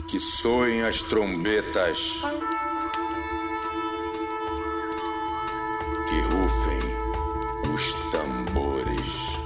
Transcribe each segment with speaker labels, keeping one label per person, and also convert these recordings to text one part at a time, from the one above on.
Speaker 1: que soem as trombetas, que rufem os tambores.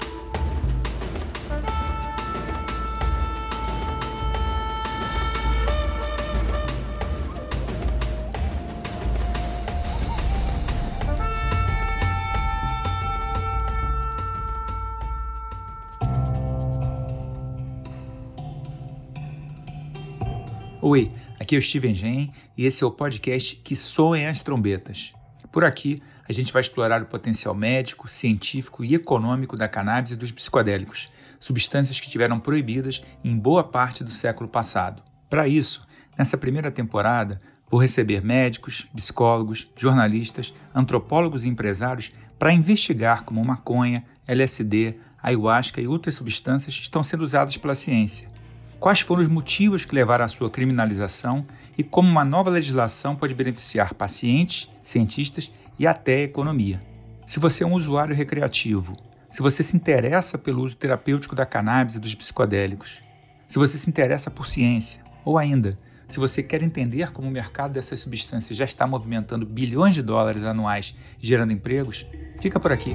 Speaker 2: Oi, aqui é o Steven Gen e esse é o podcast Que Soem as Trombetas. Por aqui, a gente vai explorar o potencial médico, científico e econômico da cannabis e dos psicodélicos, substâncias que estiveram proibidas em boa parte do século passado. Para isso, nessa primeira temporada, vou receber médicos, psicólogos, jornalistas, antropólogos e empresários para investigar como maconha, LSD, ayahuasca e outras substâncias estão sendo usadas pela ciência. Quais foram os motivos que levaram à sua criminalização e como uma nova legislação pode beneficiar pacientes, cientistas e até a economia. Se você é um usuário recreativo, se você se interessa pelo uso terapêutico da cannabis e dos psicodélicos, se você se interessa por ciência, ou ainda, se você quer entender como o mercado dessas substâncias já está movimentando bilhões de dólares anuais gerando empregos, fica por aqui.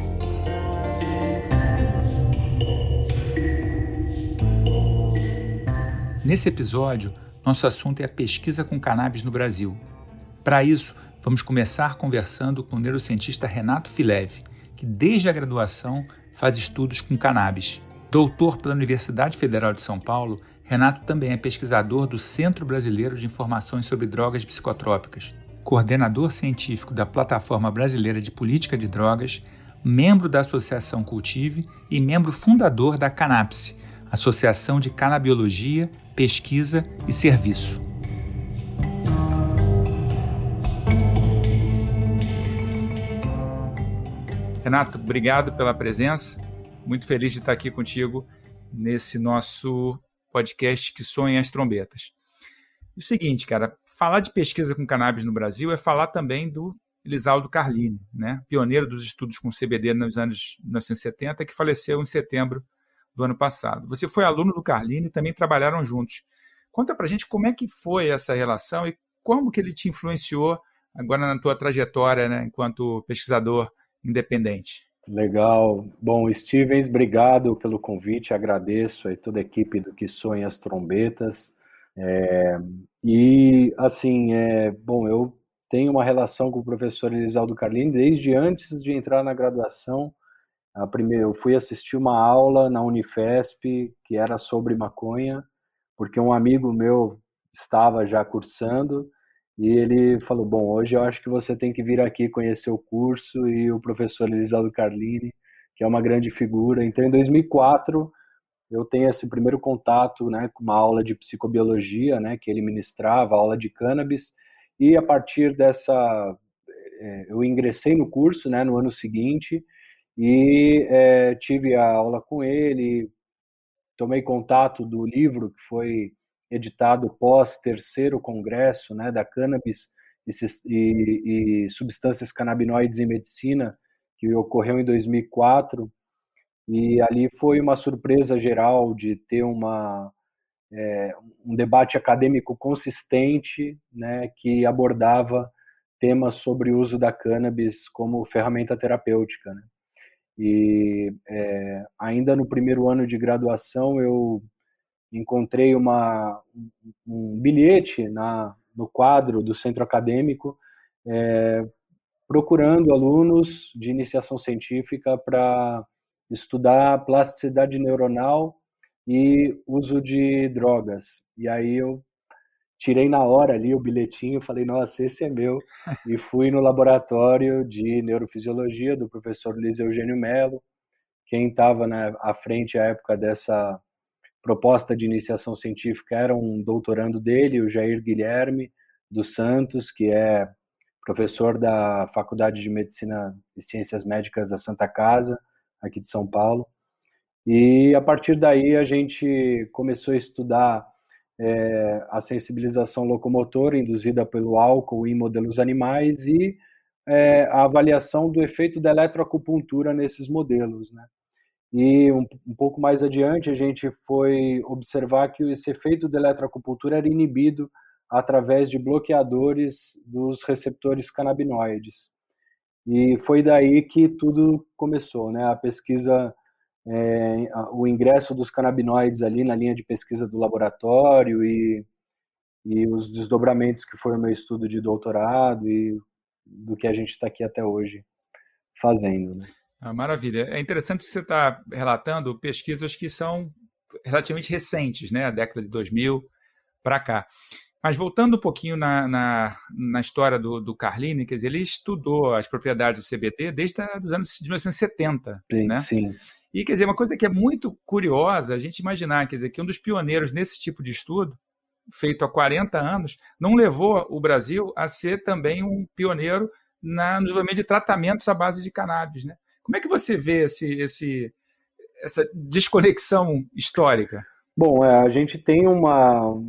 Speaker 2: Nesse episódio, nosso assunto é a pesquisa com cannabis no Brasil. Para isso, vamos começar conversando com o neurocientista Renato Fileve, que desde a graduação faz estudos com cannabis. Doutor pela Universidade Federal de São Paulo, Renato também é pesquisador do Centro Brasileiro de Informações sobre Drogas Psicotrópicas, coordenador científico da Plataforma Brasileira de Política de Drogas, membro da Associação Cultive e membro fundador da Canapse, Associação de Canabiologia, Pesquisa e Serviço. Renato, obrigado pela presença. Muito feliz de estar aqui contigo nesse nosso podcast Que Soem as Trombetas. E o seguinte, cara, falar de pesquisa com cannabis no Brasil é falar também do Elisaldo Carlini, né? Pioneiro dos estudos com CBD nos anos 1970, que faleceu em setembro do ano passado. Você foi aluno do Carlini e também trabalharam juntos. Conta pra gente como é que foi essa relação e como que ele te influenciou agora na tua trajetória, né, enquanto pesquisador independente.
Speaker 3: Legal. Bom, Stevens, obrigado pelo convite, agradeço a toda a equipe do Que Soem as Trombetas. Bom, eu tenho uma relação com o professor Elisaldo Carlini desde antes de entrar na graduação. Eu fui assistir uma aula na Unifesp que era sobre maconha, porque um amigo meu estava já cursando e ele falou, bom, hoje eu acho que você tem que vir aqui conhecer o curso e o professor Elisaldo Carlini, que é uma grande figura. Então, em 2004, eu tenho esse primeiro contato, né, com uma aula de psicobiologia, né, que ele ministrava, aula de cannabis, e a partir dessa, eu ingressei no curso, né, no ano seguinte, e tive a aula com ele, tomei contato do livro que foi editado pós terceiro congresso, né, da cannabis e substâncias canabinoides em medicina, que ocorreu em 2004, e ali foi uma surpresa geral de ter um debate acadêmico consistente, né, que abordava temas sobre o uso da cannabis como ferramenta terapêutica, né? E ainda no primeiro ano de graduação eu encontrei um bilhete no quadro do centro acadêmico procurando alunos de iniciação científica para estudar plasticidade neuronal e uso de drogas. E aí eu tirei na hora ali o bilhetinho, falei, nossa, esse é meu, e fui no laboratório de neurofisiologia do professor Luiz Eugênio Mello. Quem estava à frente à época dessa proposta de iniciação científica era um doutorando dele, o Jair Guilherme dos Santos, que é professor da Faculdade de Medicina e Ciências Médicas da Santa Casa, aqui de São Paulo. E a partir daí a gente começou a estudar a sensibilização locomotora induzida pelo álcool em modelos animais e a avaliação do efeito da eletroacupuntura nesses modelos, né? E um pouco mais adiante, a gente foi observar que esse efeito da eletroacupuntura era inibido através de bloqueadores dos receptores canabinoides. E foi daí que tudo começou, né? A pesquisa, o ingresso dos canabinoides ali na linha de pesquisa do laboratório e os desdobramentos que foi o meu estudo de doutorado e do que a gente está aqui até hoje fazendo, né?
Speaker 2: Maravilha. É interessante que você está relatando pesquisas que são relativamente recentes, né? A década de 2000 para cá. Mas voltando um pouquinho na história do Carlini, quer dizer, ele estudou as propriedades do CBD desde os anos de 1970,
Speaker 3: Sim,
Speaker 2: né?
Speaker 3: sim.
Speaker 2: E, quer dizer, uma coisa que é muito curiosa a gente imaginar, quer dizer, que um dos pioneiros nesse tipo de estudo, feito há 40 anos, não levou o Brasil a ser também um pioneiro no desenvolvimento de tratamentos à base de cannabis, né? Como é que você vê essa desconexão histórica?
Speaker 3: Bom, a gente tem um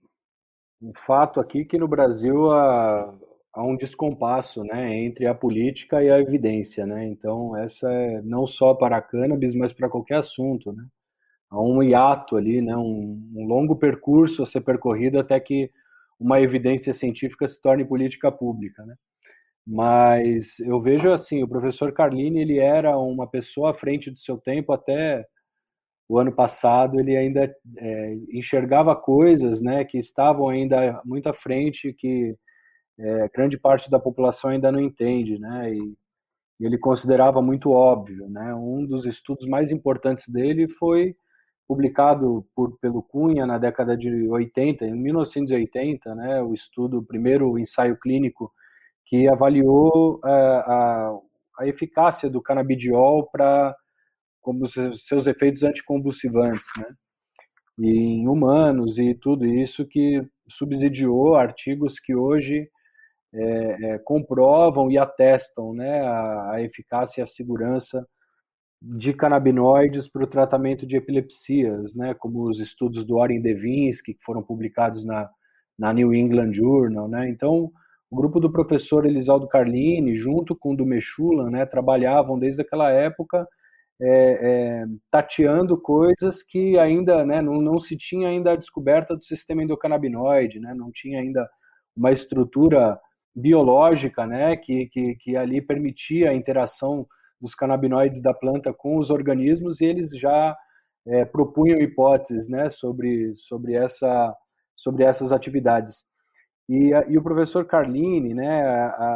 Speaker 3: fato aqui que no Brasil há um descompasso, né, entre a política e a evidência, né? Então, essa é não só para a cannabis, mas para qualquer assunto, né? Há um hiato ali, né, um longo percurso a ser percorrido até que uma evidência científica se torne política pública, né? Mas eu vejo assim, o professor Carlini, ele era uma pessoa à frente do seu tempo. Até o ano passado ele ainda enxergava coisas, né, que estavam ainda muito à frente, que grande parte da população ainda não entende, né, e ele considerava muito óbvio, né. Um dos estudos mais importantes dele foi publicado pelo Cunha na década de 80, em 1980, né, o primeiro ensaio clínico que avaliou a eficácia do canabidiol para como seus efeitos anticonvulsivantes, né? E em humanos e tudo isso, que subsidiou artigos que hoje comprovam e atestam, né, a eficácia e a segurança de canabinoides para o tratamento de epilepsias, né, como os estudos do Orrin Devinsky, que foram publicados na New England Journal, né? Então, o grupo do professor Elisaldo Carlini, junto com o do Mechulan, né, trabalhavam desde aquela época tateando coisas que ainda, né, não se tinha ainda a descoberta do sistema endocannabinoide, né, não tinha ainda uma estrutura biológica, né, que ali permitia a interação dos canabinoides da planta com os organismos, e eles já propunham hipóteses, né, sobre essas atividades. E o professor Carlini, né,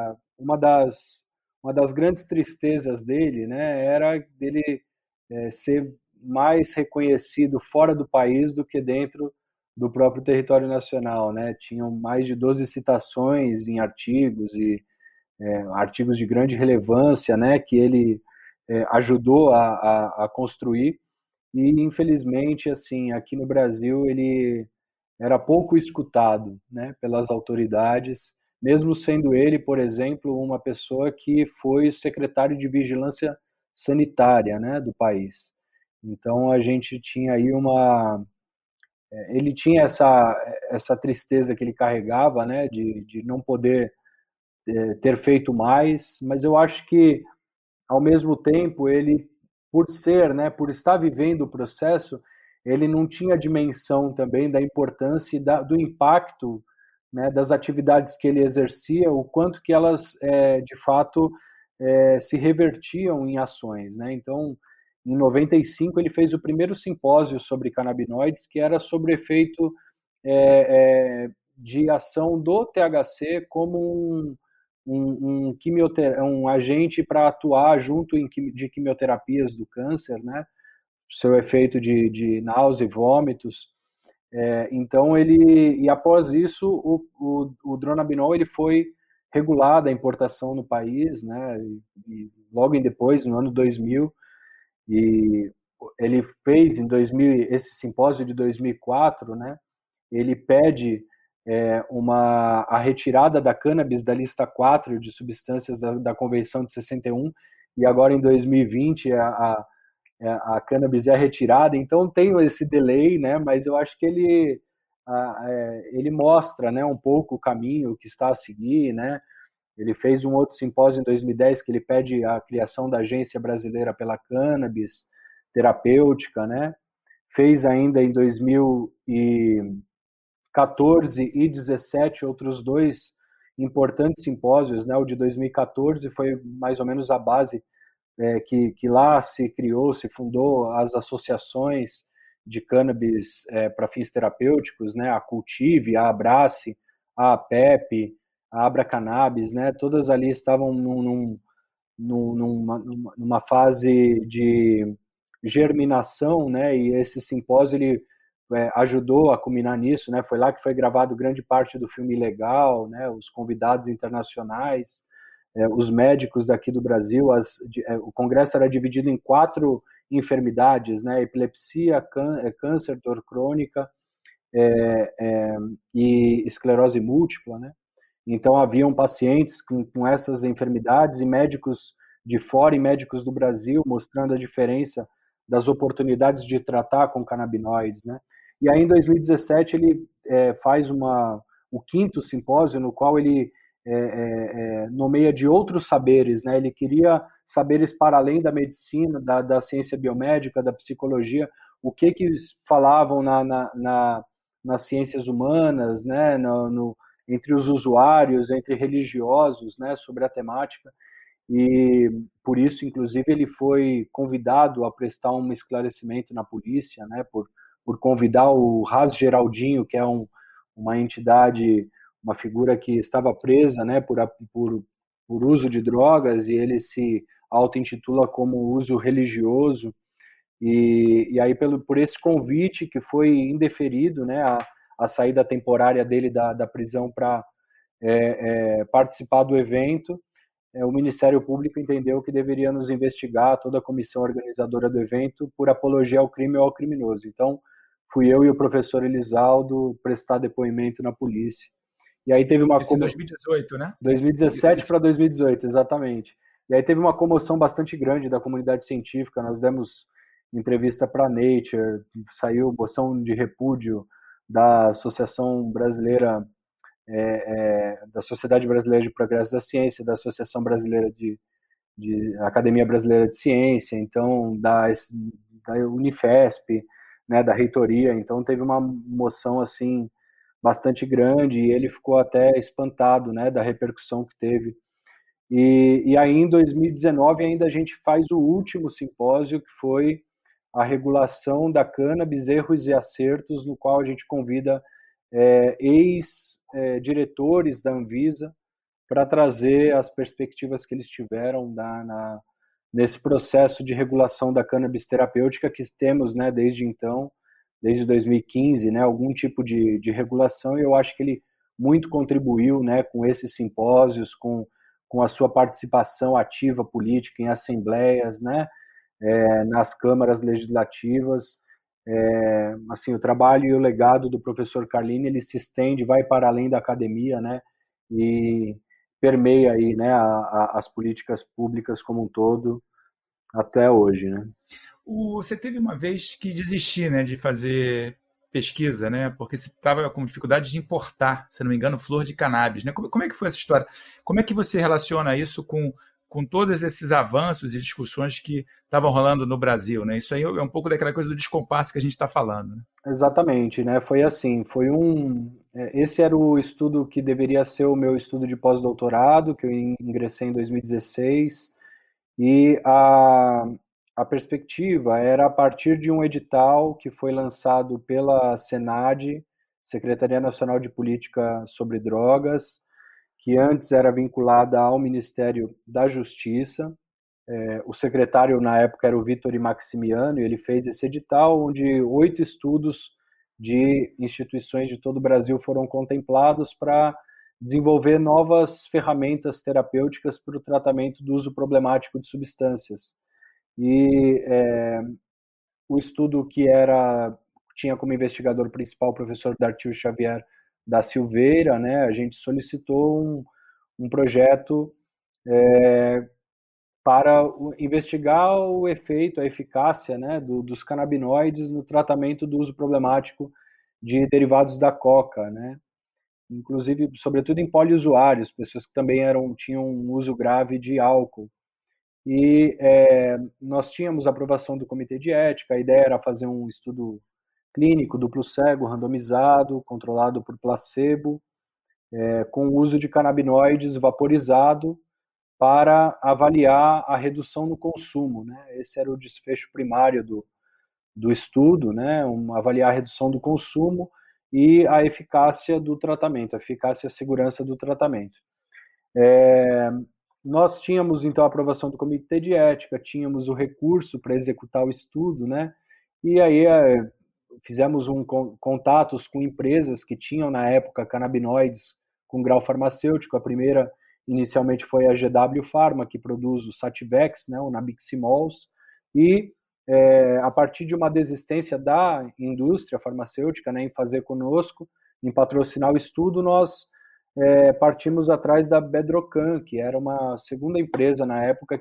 Speaker 3: uma das grandes tristezas dele, né, era dele ser mais reconhecido fora do país do que dentro do próprio território nacional, né? Tinham mais de 12 citações em artigos e artigos de grande relevância, né, que ele ajudou a construir. E infelizmente, assim, aqui no Brasil ele era pouco escutado, né, pelas autoridades, mesmo sendo ele, por exemplo, uma pessoa que foi secretário de vigilância sanitária, né, do país. Então a gente tinha aí ele tinha essa tristeza que ele carregava, né, de não poder ter feito mais, mas eu acho que ao mesmo tempo ele, por ser, né, por estar vivendo o processo, ele não tinha a dimensão também da importância e do impacto, né, das atividades que ele exercia, o quanto que elas, de fato, se revertiam em ações, né? Então, em 95, ele fez o primeiro simpósio sobre canabinoides, que era sobre o efeito de ação do THC como um agente para atuar junto de quimioterapias do câncer, né? Seu efeito de náusea e vômitos. Então e após isso o dronabinol ele foi regulado a importação no país, né? E logo depois, no ano 2000, e ele fez em 2000 esse simpósio de 2004, né? Ele pede a retirada da cannabis da lista 4 de substâncias da Convenção de 61, e agora em 2020 a cannabis é retirada. Então tem esse delay, né? Mas eu acho que ele mostra, né, um pouco o caminho que está a seguir, né? Ele fez um outro simpósio em 2010 que ele pede a criação da Agência Brasileira pela Cannabis. terapêutica, né? Fez ainda em 2014 e 2017 outros 2 importantes simpósios, né? O de 2014 foi mais ou menos a base que lá se criou, se fundou as associações de cannabis para fins terapêuticos, né? A Cultive, a Abrace, a APEP, a Abra Cannabis, né? Todas ali estavam numa fase de germinação, né? E esse simpósio ele ajudou a culminar nisso, né? Foi lá que foi gravado grande parte do filme Legal, né? Os convidados internacionais, os médicos daqui do Brasil. O congresso era dividido em 4 enfermidades, né? Epilepsia, câncer, dor crônica e esclerose múltipla, né? Então haviam pacientes com essas enfermidades e médicos de fora e médicos do Brasil mostrando a diferença das oportunidades de tratar com canabinoides, né? E aí em 2017 ele faz o 5º simpósio no qual ele nomeia de outros saberes, né? Ele queria saberes para além da medicina, da ciência biomédica, da psicologia, o que falavam nas ciências humanas, né? Entre os usuários, entre religiosos, né? Sobre a temática. E por isso, inclusive, ele foi convidado a prestar um esclarecimento na polícia, né? Por convidar o Ras Geraldinho, que é uma entidade, uma figura que estava presa, né, por uso de drogas, e ele se auto-intitula como uso religioso, e aí por esse convite que foi indeferido, né, a saída temporária dele da prisão para participar do evento, o Ministério Público entendeu que deveria nos investigar, toda a comissão organizadora do evento, por apologia ao crime ou ao criminoso. Então, fui eu e o professor Elisaldo prestar depoimento na polícia. E aí teve uma...
Speaker 2: Isso em 2018, né?
Speaker 3: 2017 para 2018, exatamente. E aí teve uma comoção bastante grande da comunidade científica, nós demos entrevista para Nature, saiu moção de repúdio da Associação Brasileira, da Sociedade Brasileira de Progresso da Ciência, da Associação Brasileira de Academia Brasileira de Ciência, então da Unifesp, né, da reitoria. Então teve uma moção assim bastante grande e ele ficou até espantado, né, da repercussão que teve. E aí em 2019 ainda a gente faz o último simpósio, que foi a regulação da cannabis, erros e acertos, no qual a gente convida ex-diretores da Anvisa para trazer as perspectivas que eles tiveram nesse processo de regulação da cannabis terapêutica que temos, né, desde então, desde 2015, né, algum tipo de regulação, e eu acho que ele muito contribuiu, né, com esses simpósios, com a sua participação ativa política em assembleias, né, nas câmaras legislativas. Assim, o trabalho e o legado do professor Carlini, ele se estende, vai para além da academia, né, e permeia aí, né, as políticas públicas como um todo até hoje, né.
Speaker 2: Você teve uma vez que desistir, né, de fazer pesquisa, né, porque você estava com dificuldade de importar, se não me engano, flor de cannabis, né? Como é que foi essa história? Como é que você relaciona isso com todos esses avanços e discussões que estavam rolando no Brasil, né? Isso aí é um pouco daquela coisa do descompasso que a gente está falando, né?
Speaker 3: Exatamente, né? Foi assim, esse era o estudo que deveria ser o meu estudo de pós-doutorado, que eu ingressei em 2016, e a perspectiva era a partir de um edital que foi lançado pela SENAD, Secretaria Nacional de Política sobre Drogas, que antes era vinculada ao Ministério da Justiça. O secretário na época era o Vitor Maximiano, e ele fez esse edital onde 8 estudos de instituições de todo o Brasil foram contemplados para desenvolver novas ferramentas terapêuticas para o tratamento do uso problemático de substâncias. E o estudo que tinha como investigador principal o professor Dartil Xavier da Silveira, né, a gente solicitou um projeto para investigar o efeito, a eficácia, né, dos canabinoides no tratamento do uso problemático de derivados da coca, né, inclusive, sobretudo em poliusuários, pessoas que também tinham um uso grave de álcool. E nós tínhamos aprovação do comitê de ética, a ideia era fazer um estudo clínico, duplo cego, randomizado, controlado por placebo, com o uso de canabinoides vaporizado para avaliar a redução no consumo, né? Esse era o desfecho primário do estudo, né? Avaliar a redução do consumo e a eficácia do tratamento, a eficácia e a segurança do tratamento. Nós tínhamos, então, a aprovação do comitê de ética, tínhamos o recurso para executar o estudo, né? E aí fizemos contatos com empresas que tinham, na época, canabinoides com grau farmacêutico. A primeira, inicialmente, foi a GW Pharma, que produz o Sativex, né, o Nabiximols, e a partir de uma desistência da indústria farmacêutica, né, em fazer conosco, em patrocinar o estudo, nós partimos atrás da Bedrocan, que era uma segunda empresa na época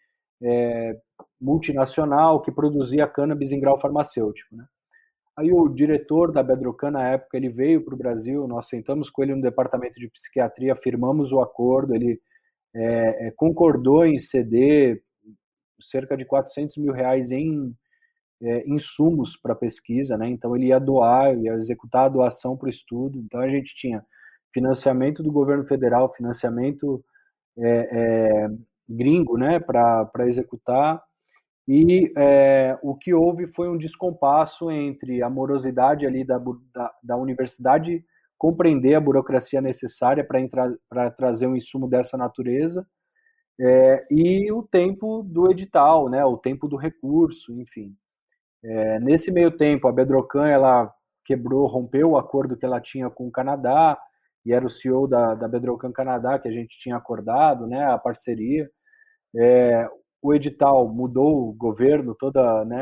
Speaker 3: multinacional que produzia cannabis em grau farmacêutico, né? Aí o diretor da Bedrocan na época, ele veio para o Brasil, nós sentamos com ele no departamento de psiquiatria, firmamos o acordo, ele concordou em ceder cerca de R$400 mil em insumos para pesquisa, né? Então ele ia doar, ia executar a doação para o estudo. Então a gente tinha financiamento do governo federal, financiamento gringo, né, para executar. E o que houve foi um descompasso entre a morosidade ali da universidade compreender a burocracia necessária para trazer um insumo dessa natureza, e o tempo do edital, né, o tempo do recurso, enfim. Nesse meio tempo, a Bedrocan, ela rompeu o acordo que ela tinha com o Canadá, e era o CEO da Bedrocan Canadá que a gente tinha acordado, né, a parceria. O edital mudou o governo, toda, né,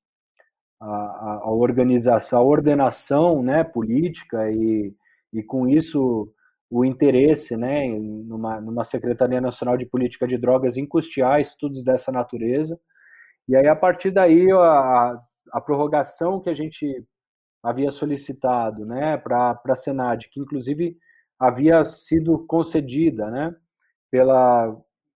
Speaker 3: a organização, a ordenação, né, política, e com isso o interesse, né, numa Secretaria Nacional de Política de Drogas em custear estudos dessa natureza. E aí, a partir daí, a prorrogação que a gente havia solicitado, né, para a Senad, que inclusive havia sido concedida, né, pela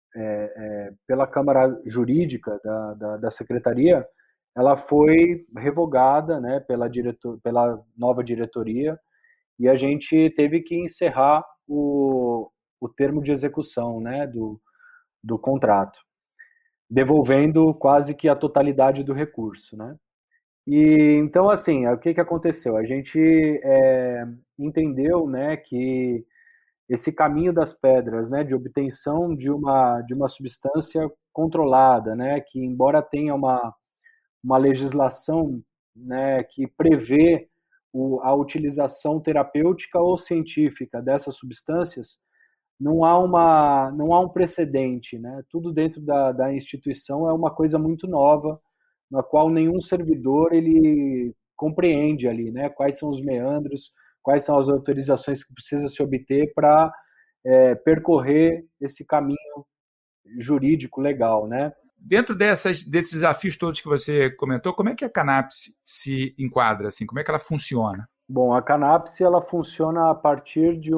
Speaker 3: Câmara Jurídica da Secretaria, ela foi revogada, né, pela nova diretoria, e a gente teve que encerrar o termo de execução, né, do contrato, devolvendo quase que a totalidade do recurso, né? E então, assim, o que aconteceu? A gente entendeu, né, que esse caminho das pedras, né, de obtenção de uma substância controlada, né, que embora tenha uma legislação, né, que prevê a utilização terapêutica ou científica dessas substâncias, não há um precedente, né? Tudo dentro da instituição é uma coisa muito nova, na qual nenhum servidor ele compreende ali, né? Quais são os meandros, quais são as autorizações que precisa se obter para percorrer esse caminho jurídico legal, né?
Speaker 2: Dentro desses desafios todos que você comentou, como é que a Cannabis se enquadra, assim? Como é que ela funciona?
Speaker 3: Bom, a Cannabis, ela funciona a partir de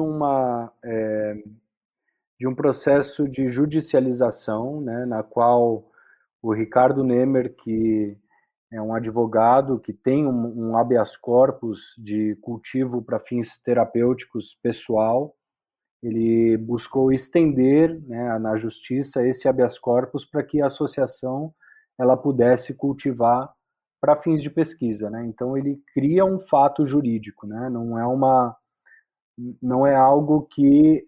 Speaker 3: um processo de judicialização, né, na qual o Ricardo Nemer, que é um advogado que tem um habeas corpus de cultivo para fins terapêuticos pessoal, ele buscou estender, né, na justiça esse habeas corpus para que a associação ela pudesse cultivar para fins de pesquisa, né? Então ele cria um fato jurídico, né? Não é algo que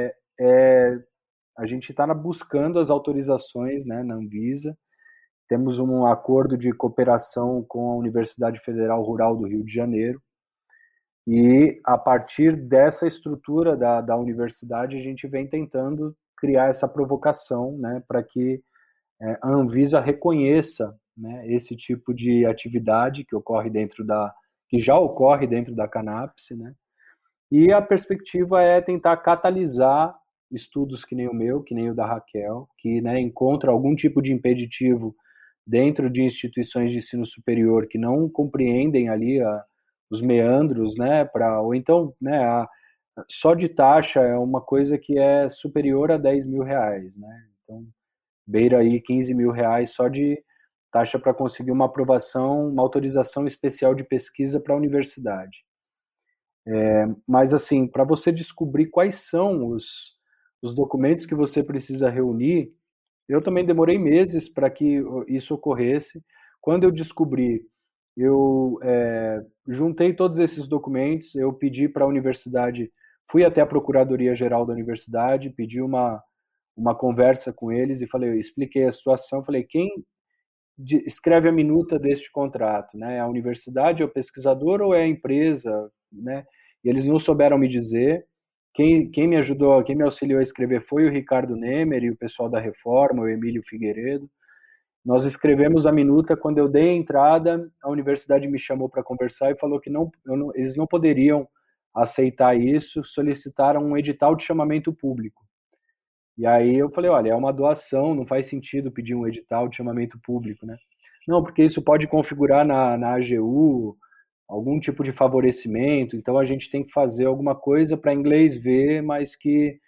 Speaker 3: a gente está buscando as autorizações, né, na Anvisa. Temos um acordo de cooperação com a Universidade Federal Rural do Rio de Janeiro, e a partir dessa estrutura da universidade a gente vem tentando criar essa provocação, né, para que a Anvisa reconheça, né, esse tipo de atividade que já ocorre dentro da Cannabis, né, e a perspectiva é tentar catalisar estudos que nem o meu, que nem o da Raquel, que, né, encontra algum tipo de impeditivo dentro de instituições de ensino superior que não compreendem ali os meandros, né, ou então, né, só de taxa é uma coisa que é superior a R$10 mil, né, então beira aí R$15.000 só de taxa para conseguir uma aprovação, uma autorização especial de pesquisa para a universidade. Mas, assim, para você descobrir quais são os documentos que você precisa reunir, eu também demorei meses para que isso ocorresse. Quando eu descobri, eu juntei todos esses documentos, eu pedi para a universidade, fui até a Procuradoria-Geral da universidade, pedi uma conversa com eles e expliquei a situação, falei, quem escreve a minuta deste contrato, né? A universidade, é o pesquisador ou é a empresa, né? E eles não souberam me dizer. Quem me ajudou, quem me auxiliou a escrever foi o Ricardo Nemer e o pessoal da Reforma, o Emílio Figueiredo. Nós escrevemos a minuta. Quando eu dei a entrada, a universidade me chamou para conversar e falou que eles não poderiam aceitar isso, solicitaram um edital de chamamento público. E aí eu falei, olha, é uma doação, não faz sentido pedir um edital de chamamento público, né? Não, porque isso pode configurar na AGU algum tipo de favorecimento, então a gente tem que fazer alguma coisa para inglês ver, mas que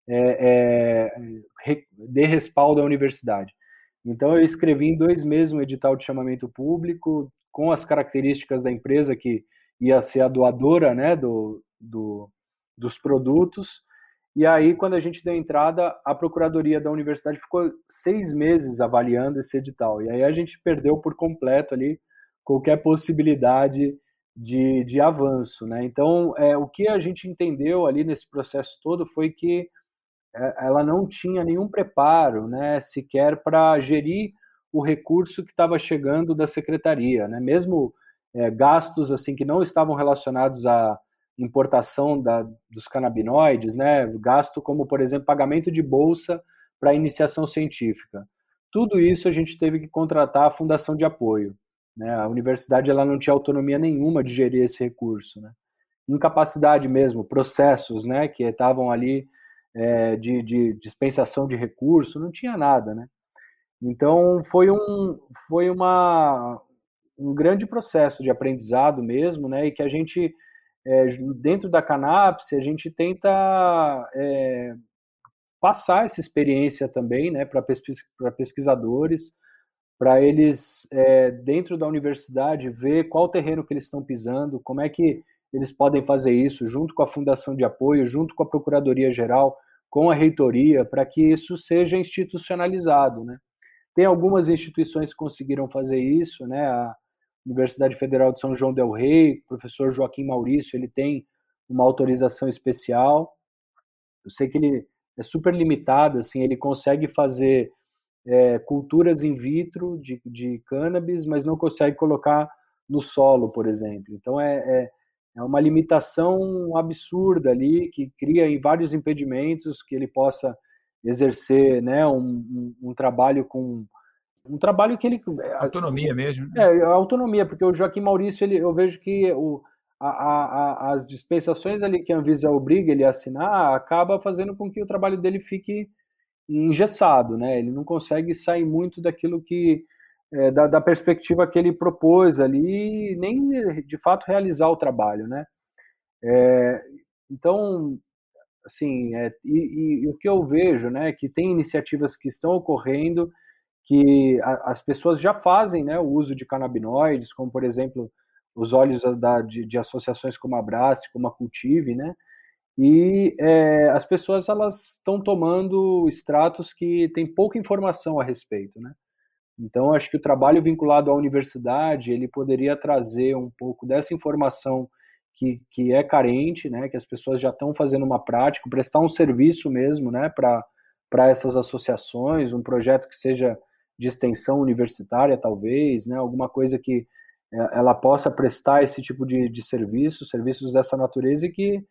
Speaker 3: dê respaldo à universidade. Então eu escrevi em 2 meses um edital de chamamento público com as características da empresa que ia ser a doadora, né, dos produtos. E aí, quando a gente deu entrada, a Procuradoria da Universidade ficou 6 meses avaliando esse edital. E aí a gente perdeu por completo ali qualquer possibilidade de avanço, né? Então, o que a gente entendeu ali nesse processo todo foi que ela não tinha nenhum preparo, né, sequer para gerir o recurso que estava chegando da secretaria, né? Mesmo gastos assim que não estavam relacionados à importação dos canabinoides, né? Gasto como, por exemplo, pagamento de bolsa para iniciação científica. Tudo isso a gente teve que contratar a fundação de apoio, né? A universidade ela não tinha autonomia nenhuma de gerir esse recurso, né? Incapacidade mesmo, processos, né, que estavam ali de dispensação de recurso, não tinha nada, né? Então foi um grande processo de aprendizado mesmo, né? E que a gente dentro da Canapse, a gente tenta passar essa experiência também, né, para pesquisadores, para eles, dentro da universidade, ver qual terreno que eles estão pisando, como é que eles podem fazer isso, junto com a Fundação de Apoio, junto com a Procuradoria-Geral, com a Reitoria, para que isso seja institucionalizado, né? Tem algumas instituições que conseguiram fazer isso, né? A Universidade Federal de São João del Rei, o professor Joaquim Maurício, ele tem uma autorização especial. Eu sei que ele é super limitado, assim, ele consegue fazer culturas in vitro de cannabis, mas não consegue colocar no solo, por exemplo. Então, é uma limitação absurda ali, que cria em vários impedimentos que ele possa exercer, né, um trabalho com... Um trabalho que ele...
Speaker 2: Autonomia mesmo. Né?
Speaker 3: Autonomia, porque o Joaquim Maurício, eu vejo que as dispensações ali que a Anvisa obriga ele a assinar, acaba fazendo com que o trabalho dele fique engessado, né? Ele não consegue sair muito daquilo que... da perspectiva que ele propôs ali, nem de fato realizar o trabalho, né? Então, assim, e o que eu vejo, né, que tem iniciativas que estão ocorrendo que as pessoas já fazem, né, o uso de canabinoides, como, por exemplo, os óleos de associações como a Brasce, como a Cultive, né, e as pessoas elas estão tomando extratos que têm pouca informação a respeito, né. Então, acho que o trabalho vinculado à universidade, ele poderia trazer um pouco dessa informação que é carente, né, que as pessoas já estão fazendo uma prática, prestar um serviço mesmo, né, para essas associações, um projeto que seja de extensão universitária, talvez, né, alguma coisa que ela possa prestar esse tipo de serviços dessa natureza e que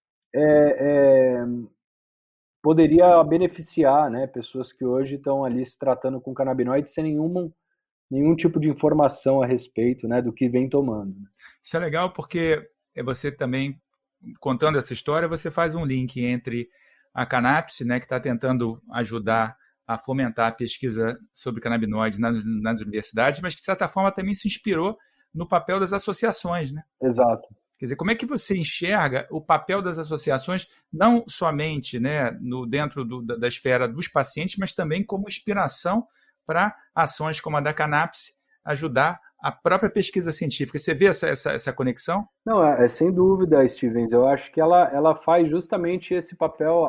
Speaker 3: poderia beneficiar, né, pessoas que hoje estão ali se tratando com canabinoides sem nenhum tipo de informação a respeito, né, do que vem tomando.
Speaker 2: Isso é legal porque você também, contando essa história, você faz um link entre a Canapse, né, que está tentando ajudar a fomentar a pesquisa sobre canabinoides nas universidades, mas que, de certa forma, também se inspirou no papel das associações, né?
Speaker 3: Exato.
Speaker 2: Quer dizer, como é que você enxerga o papel das associações, não somente, né, dentro da esfera dos pacientes, mas também como inspiração para ações como a da Cannabis ajudar a própria pesquisa científica? Você vê essa conexão?
Speaker 3: Não, sem dúvida, Stevens. Eu acho que ela faz justamente esse papel,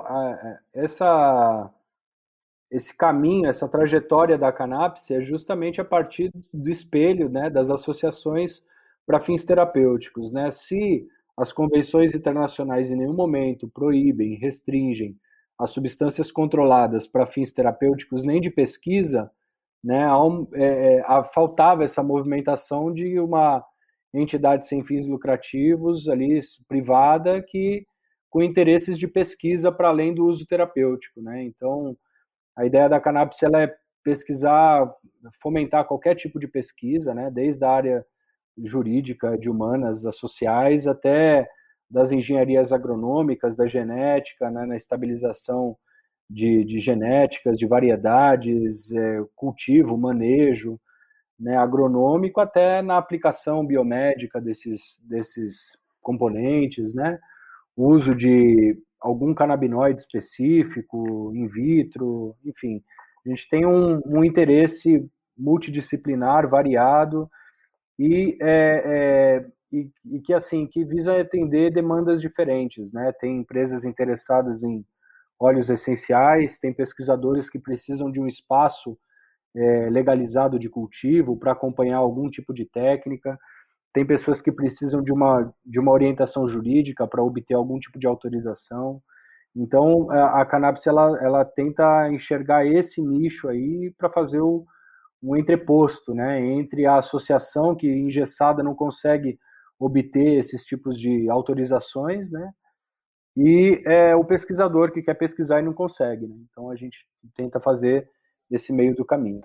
Speaker 3: esse caminho, essa trajetória da Cannabis é justamente a partir do espelho, né, das associações para fins terapêuticos, né? Se as convenções internacionais em nenhum momento proíbem, restringem as substâncias controladas para fins terapêuticos nem de pesquisa, né, faltava essa movimentação de uma entidade sem fins lucrativos ali privada que com interesses de pesquisa para além do uso terapêutico, né? Então a ideia da Cannabis ela é pesquisar, fomentar qualquer tipo de pesquisa, né, desde a área jurídica, de humanas, das sociais, até das engenharias agronômicas, da genética, né, na estabilização de genéticas, de variedades, cultivo, manejo, né, agronômico, até na aplicação biomédica desses componentes, né, uso de algum canabinoide específico, in vitro, enfim. A gente tem um interesse multidisciplinar, variado, e que assim que visa atender demandas diferentes, né? Tem empresas interessadas em óleos essenciais, tem pesquisadores que precisam de um espaço legalizado de cultivo para acompanhar algum tipo de técnica, tem pessoas que precisam de uma orientação jurídica para obter algum tipo de autorização. Então, a Cannabis ela tenta enxergar esse nicho aí para fazer um entreposto, né, entre a associação que engessada não consegue obter esses tipos de autorizações, né, e o pesquisador que quer pesquisar e não consegue, né? Então a gente tenta fazer esse meio do caminho.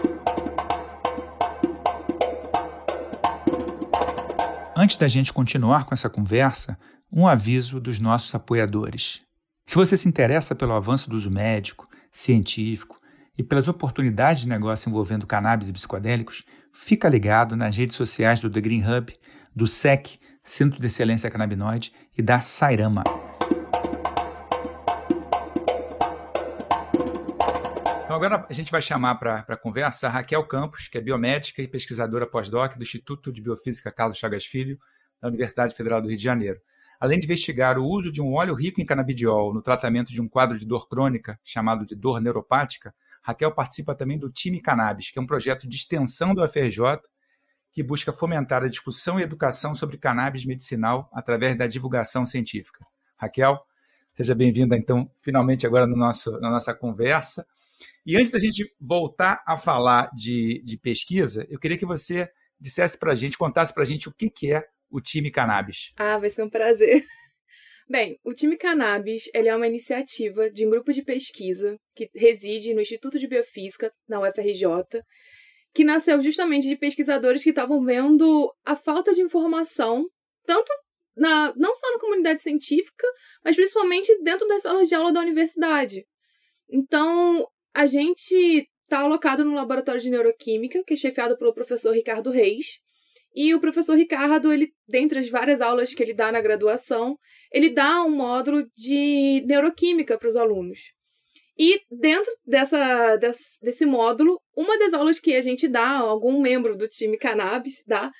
Speaker 2: Antes da gente continuar com essa conversa, um aviso dos nossos apoiadores. Se você se interessa pelo avanço do uso médico, científico e pelas oportunidades de negócio envolvendo cannabis e psicodélicos, fica ligado nas redes sociais do The Green Hub, do SEC, Centro de Excelência Canabinoide, e da Sairama. Então agora a gente vai chamar para a conversa a Raquel Campos, que é biomédica e pesquisadora pós-doc do Instituto de Biofísica Carlos Chagas Filho, da Universidade Federal do Rio de Janeiro. Além de investigar o uso de um óleo rico em canabidiol no tratamento de um quadro de dor crônica, chamado de dor neuropática, Raquel participa também do Time Cannabis, que é um projeto de extensão do UFRJ que busca fomentar a discussão e educação sobre cannabis medicinal através da divulgação científica. Raquel, seja bem-vinda, então, finalmente agora na nossa conversa. E antes da gente voltar a falar de pesquisa, eu queria que você dissesse para a gente, contasse para a gente o que é o Time Cannabis.
Speaker 4: Vai ser um prazer. Bem, o Time Cannabis ele é uma iniciativa de um grupo de pesquisa que reside no Instituto de Biofísica, na UFRJ, que nasceu justamente de pesquisadores que estavam vendo a falta de informação, tanto não só na comunidade científica, mas principalmente dentro das salas de aula da universidade. Então, a gente está alocado no laboratório de neuroquímica, que é chefiado pelo professor Ricardo Reis. E o professor Ricardo, ele, dentre as várias aulas que ele dá na graduação, ele dá um módulo de neuroquímica para os alunos. E dentro desse módulo, uma das aulas que a gente dá, algum membro do time Cannabis dá,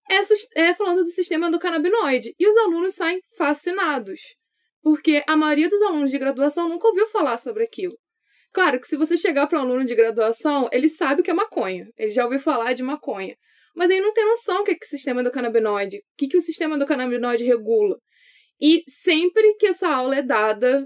Speaker 4: é falando do sistema endocannabinoide. E os alunos saem fascinados, porque a maioria dos alunos de graduação nunca ouviu falar sobre aquilo. Claro que se você chegar para um aluno de graduação, ele sabe o que é maconha, ele já ouviu falar de maconha, mas ele não tem noção do que é o sistema endocannabinoide, o que o sistema endocannabinoide regula. E sempre que essa aula é dada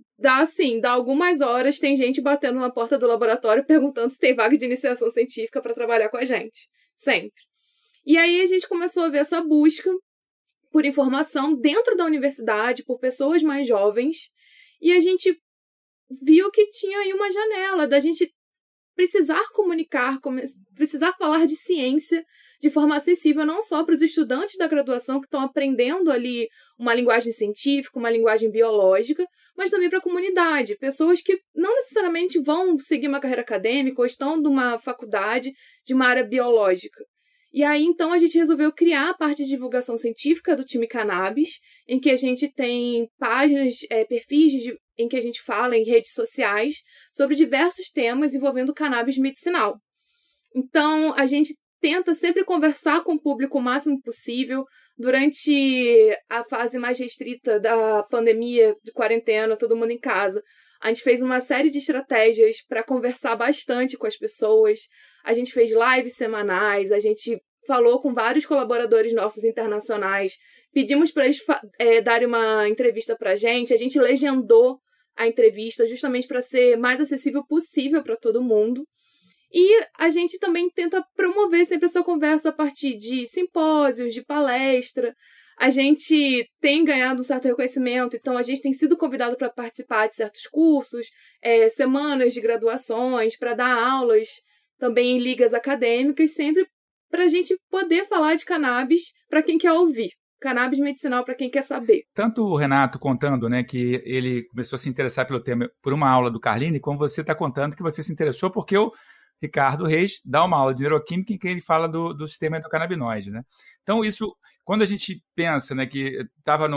Speaker 4: algumas horas, tem gente batendo na porta do laboratório perguntando se tem vaga de iniciação científica para trabalhar com a gente. Sempre. E aí a gente começou a ver essa busca por informação dentro da universidade, por pessoas mais jovens, e a gente viu que tinha aí uma janela da gente precisar comunicar, precisar falar de ciência de forma acessível não só para os estudantes da graduação que estão aprendendo ali uma linguagem científica, uma linguagem biológica, mas também para a comunidade, pessoas que não necessariamente vão seguir uma carreira acadêmica ou estão numa faculdade de uma área biológica. E aí, então, a gente resolveu criar a parte de divulgação científica do time Cannabis, em que a gente tem páginas, perfis em que a gente fala em redes sociais sobre diversos temas envolvendo cannabis medicinal. Então, a gente tenta sempre conversar com o público o máximo possível. Durante a fase mais restrita da pandemia, de quarentena, todo mundo em casa, a gente fez uma série de estratégias para conversar bastante com as pessoas. A gente fez lives semanais, a gente falou com vários colaboradores nossos internacionais, pedimos para eles darem uma entrevista para a gente legendou a entrevista justamente para ser mais acessível possível para todo mundo. E a gente também tenta promover sempre essa conversa a partir de simpósios, de palestra. A gente tem ganhado um certo reconhecimento, então a gente tem sido convidado para participar de certos cursos, semanas de graduações, para dar aulas também em ligas acadêmicas, sempre para a gente poder falar de cannabis para quem quer ouvir. Cannabis medicinal para quem quer saber.
Speaker 2: Tanto o Renato contando, né, que ele começou a se interessar pelo tema por uma aula do Carline, como você está contando que você se interessou porque o Ricardo Reis dá uma aula de neuroquímica em que ele fala do sistema endocannabinoide, né? Então, isso, quando a gente pensa, né, que estava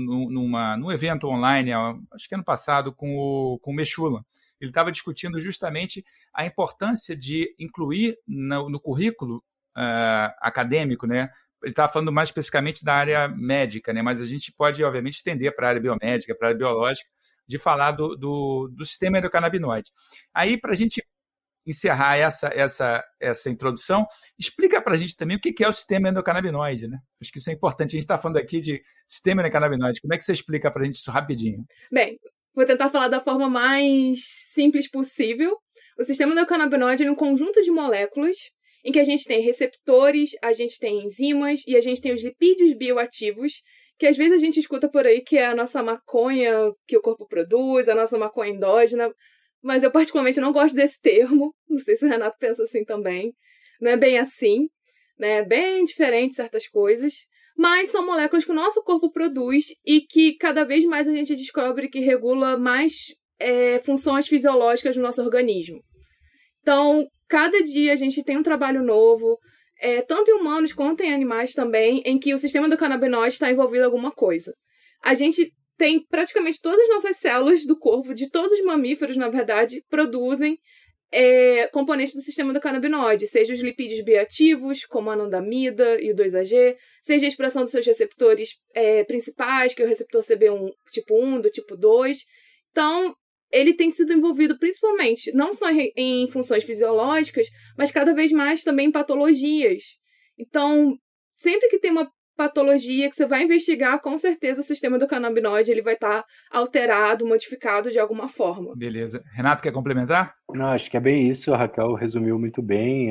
Speaker 2: num evento online, acho que ano passado, com o Mechula, ele estava discutindo justamente a importância de incluir no currículo acadêmico, né? Ele estava falando mais especificamente da área médica, né? Mas a gente pode, obviamente, estender para a área biomédica, para a área biológica, de falar do sistema endocannabinoide. Aí, para a gente encerrar essa introdução, explica para a gente também o que é o sistema endocannabinoide, né? Acho que isso é importante. A gente está falando aqui de sistema endocannabinoide. Como é que você explica para a gente isso rapidinho?
Speaker 4: Bem, vou tentar falar da forma mais simples possível. O sistema endocannabinoide é um conjunto de moléculas em que a gente tem receptores, a gente tem enzimas e a gente tem os lipídios bioativos, que às vezes a gente escuta por aí que é a nossa maconha que o corpo produz, a nossa maconha endógena, mas eu particularmente não gosto desse termo, não sei se o Renato pensa assim também, não é bem assim, né? É bem diferente certas coisas, mas são moléculas que o nosso corpo produz e que cada vez mais a gente descobre que regula mais funções fisiológicas do nosso organismo. Então, cada dia a gente tem um trabalho novo, tanto em humanos quanto em animais também, em que o sistema endocannabinoide está envolvido em alguma coisa. A gente tem praticamente todas as nossas células do corpo, de todos os mamíferos, na verdade, produzem componentes do sistema endocannabinoide, seja os lipídios bioativos, como a anandamida e o 2-AG, seja a expressão dos seus receptores principais, que é o receptor CB1 tipo 1, do tipo 2. Então, ele tem sido envolvido principalmente, não só em funções fisiológicas, mas cada vez mais também em patologias. Então, sempre que tem uma patologia que você vai investigar, com certeza o sistema endocannabinoide ele vai estar alterado, modificado de alguma forma.
Speaker 2: Beleza. Renato, quer complementar?
Speaker 3: Não, acho que é bem isso, a Raquel resumiu muito bem.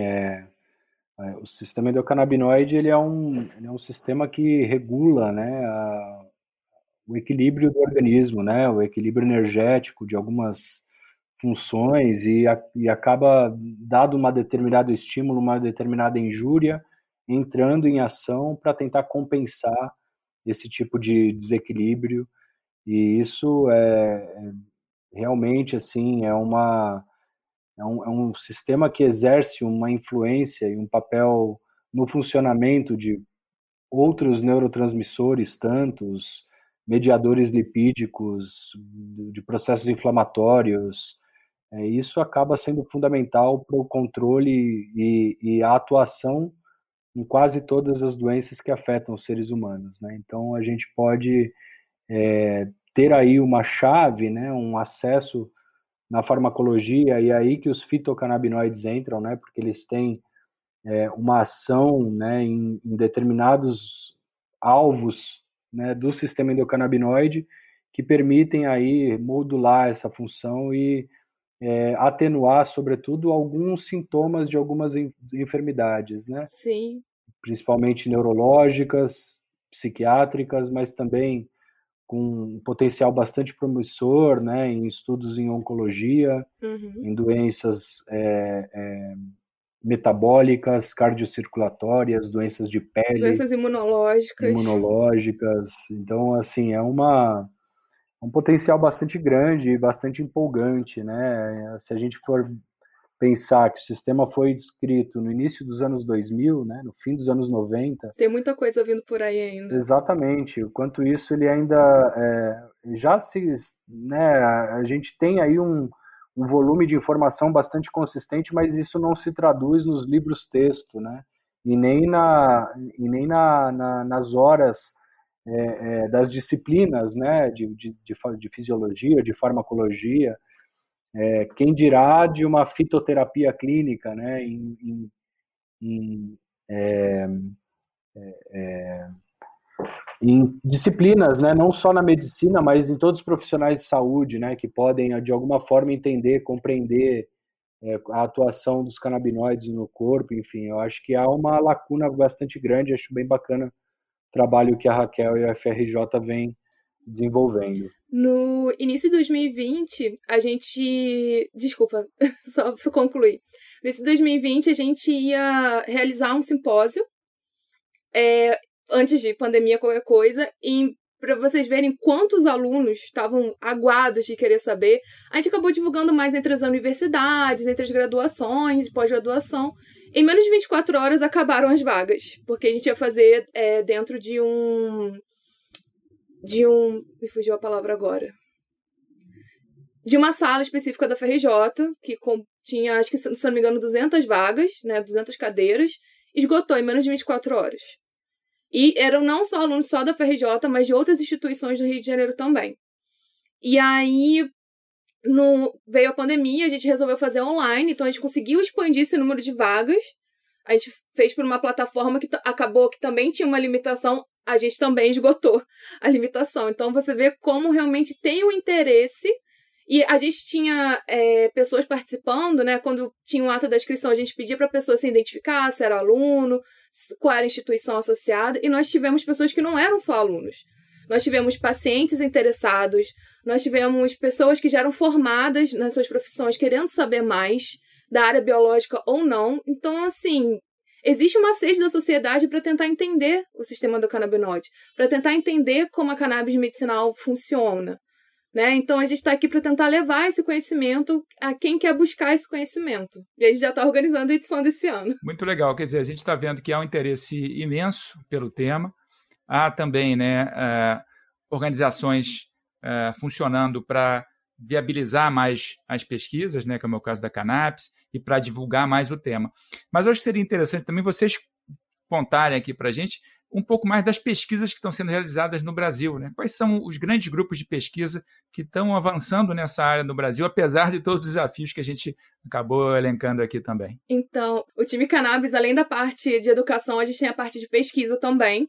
Speaker 3: O sistema endocannabinoide ele é um sistema que regula, né, o equilíbrio do organismo, né, o equilíbrio energético de algumas funções e acaba, dado um determinado estímulo, uma determinada injúria, entrando em ação para tentar compensar esse tipo de desequilíbrio. E isso realmente assim é um sistema que exerce uma influência e um papel no funcionamento de outros neurotransmissores, tantos mediadores lipídicos, de processos inflamatórios. Isso acaba sendo fundamental para o controle e a atuação em quase todas as doenças que afetam os seres humanos, né? Então, a gente pode ter aí uma chave, né, um acesso na farmacologia, e aí que os fitocannabinoides entram, né, porque eles têm uma ação, né, em determinados alvos, né, do sistema endocannabinoide que permitem aí modular essa função e atenuar, sobretudo, alguns sintomas de algumas enfermidades, né?
Speaker 4: Sim.
Speaker 3: Principalmente neurológicas, psiquiátricas, mas também com um potencial bastante promissor, né, em estudos em oncologia, em doenças metabólicas, cardiocirculatórias, doenças de pele,
Speaker 4: doenças imunológicas.
Speaker 3: Então, assim, é um potencial bastante grande e bastante empolgante, né? Se a gente for pensar que o sistema foi descrito no início dos anos 2000, né, no fim dos anos 90.
Speaker 4: Tem muita coisa vindo por aí ainda.
Speaker 3: Exatamente. O quanto isso ele ainda já se... Né, a gente tem aí um volume de informação bastante consistente, mas isso não se traduz nos livros-texto, né? E nem nas horas das disciplinas, né? De fisiologia, de farmacologia. Quem dirá de uma fitoterapia clínica, né? Em disciplinas, né, não só na medicina, mas em todos os profissionais de saúde, né, que podem, de alguma forma, entender, compreender a atuação dos canabinoides no corpo, enfim, eu acho que há uma lacuna bastante grande, acho bem bacana o trabalho que a Raquel e a FRJ vem desenvolvendo.
Speaker 4: No início de 2020, a gente... Desculpa, só concluir. No início de 2020, a gente ia realizar um simpósio, antes de pandemia, qualquer coisa, e para vocês verem quantos alunos estavam aguados de querer saber, a gente acabou divulgando mais entre as universidades, entre as graduações, pós-graduação. Em menos de 24 horas acabaram as vagas, porque a gente ia fazer dentro de um... Me fugiu a palavra agora. De uma sala específica da FRJ, que tinha, acho que, se não me engano, 200 vagas, né, 200 cadeiras, esgotou em menos de 24 horas. E eram não só alunos só da FRJ, mas de outras instituições do Rio de Janeiro também. E aí veio a pandemia, a gente resolveu fazer online, então a gente conseguiu expandir esse número de vagas. A gente fez por uma plataforma que acabou que também tinha uma limitação, a gente também esgotou a limitação. Então você vê como realmente tem o interesse. E a gente tinha pessoas participando, né? Quando tinha o ato da inscrição, a gente pedia para a pessoa se identificar, se era aluno, qual era a instituição associada, e nós tivemos pessoas que não eram só alunos. Nós tivemos pacientes interessados, nós tivemos pessoas que já eram formadas nas suas profissões, querendo saber mais da área biológica ou não. Então, assim, existe uma sede da sociedade para tentar entender o sistema do canabinoide, para tentar entender como a cannabis medicinal funciona. Né? Então, a gente está aqui para tentar levar esse conhecimento a quem quer buscar esse conhecimento. E a gente já está organizando a edição desse ano.
Speaker 2: Muito legal. Quer dizer, a gente está vendo que há um interesse imenso pelo tema. Há também, né, organizações funcionando para viabilizar mais as pesquisas, né, como é o caso da Cannabis, e para divulgar mais o tema. Mas eu acho que seria interessante também vocês contarem aqui para a gente um pouco mais das pesquisas que estão sendo realizadas no Brasil, né? Quais são os grandes grupos de pesquisa que estão avançando nessa área no Brasil, apesar de todos os desafios que a gente acabou elencando aqui também?
Speaker 4: Então, o time Cannabis, além da parte de educação, a gente tem a parte de pesquisa também.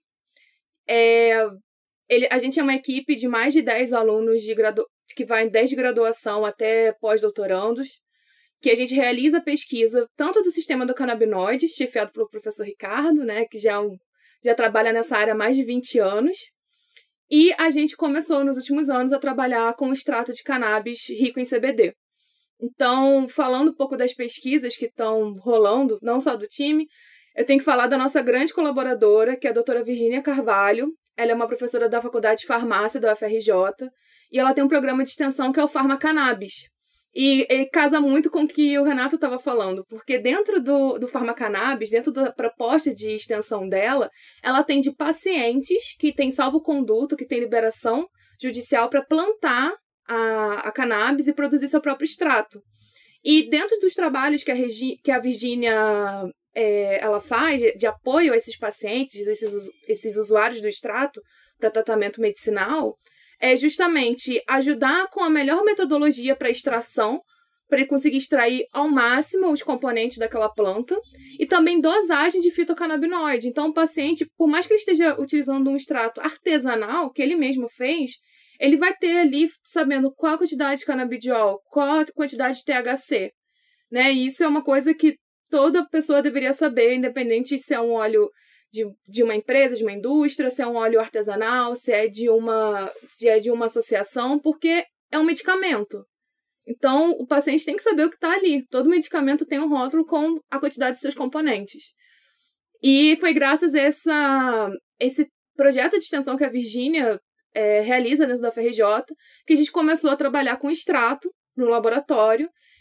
Speaker 4: A gente é uma equipe de mais de 10 alunos que vai desde graduação até pós-doutorandos, que a gente realiza pesquisa tanto do sistema do canabinoide, chefiado pelo professor Ricardo, né, que já trabalha nessa área há mais de 20 anos, e a gente começou nos últimos anos a trabalhar com o extrato de cannabis rico em CBD. Então, falando um pouco das pesquisas que estão rolando, não só do time, eu tenho que falar da nossa grande colaboradora, que é a doutora Virgínia Carvalho. Ela é uma professora da Faculdade de Farmácia da UFRJ, e ela tem um programa de extensão que é o Farmacannabis. E casa muito com o que o Renato estava falando, porque dentro do Farmacannabis, dentro da proposta de extensão dela, ela atende pacientes que têm salvo-conduto, que têm liberação judicial para plantar a cannabis e produzir seu próprio extrato. E dentro dos trabalhos que a Virgínia ela faz de apoio a esses pacientes, esses usuários do extrato para tratamento medicinal, é justamente ajudar com a melhor metodologia para extração, para ele conseguir extrair ao máximo os componentes daquela planta, e também dosagem de fitocannabinoide. Então, o paciente, por mais que ele esteja utilizando um extrato artesanal, que ele mesmo fez, ele vai ter ali, sabendo qual a quantidade de canabidiol, qual a quantidade de THC. Né? E isso é uma coisa que toda pessoa deveria saber, independente se é um óleo de uma empresa, de uma indústria, se é um óleo artesanal, se é de uma associação, porque é um medicamento. Então, o paciente tem que saber o que está ali. Todo medicamento tem um rótulo com a quantidade de seus componentes. E foi graças a esse projeto de extensão que a Virgínia realiza dentro da FRJ que a gente começou a trabalhar com extrato no laboratório.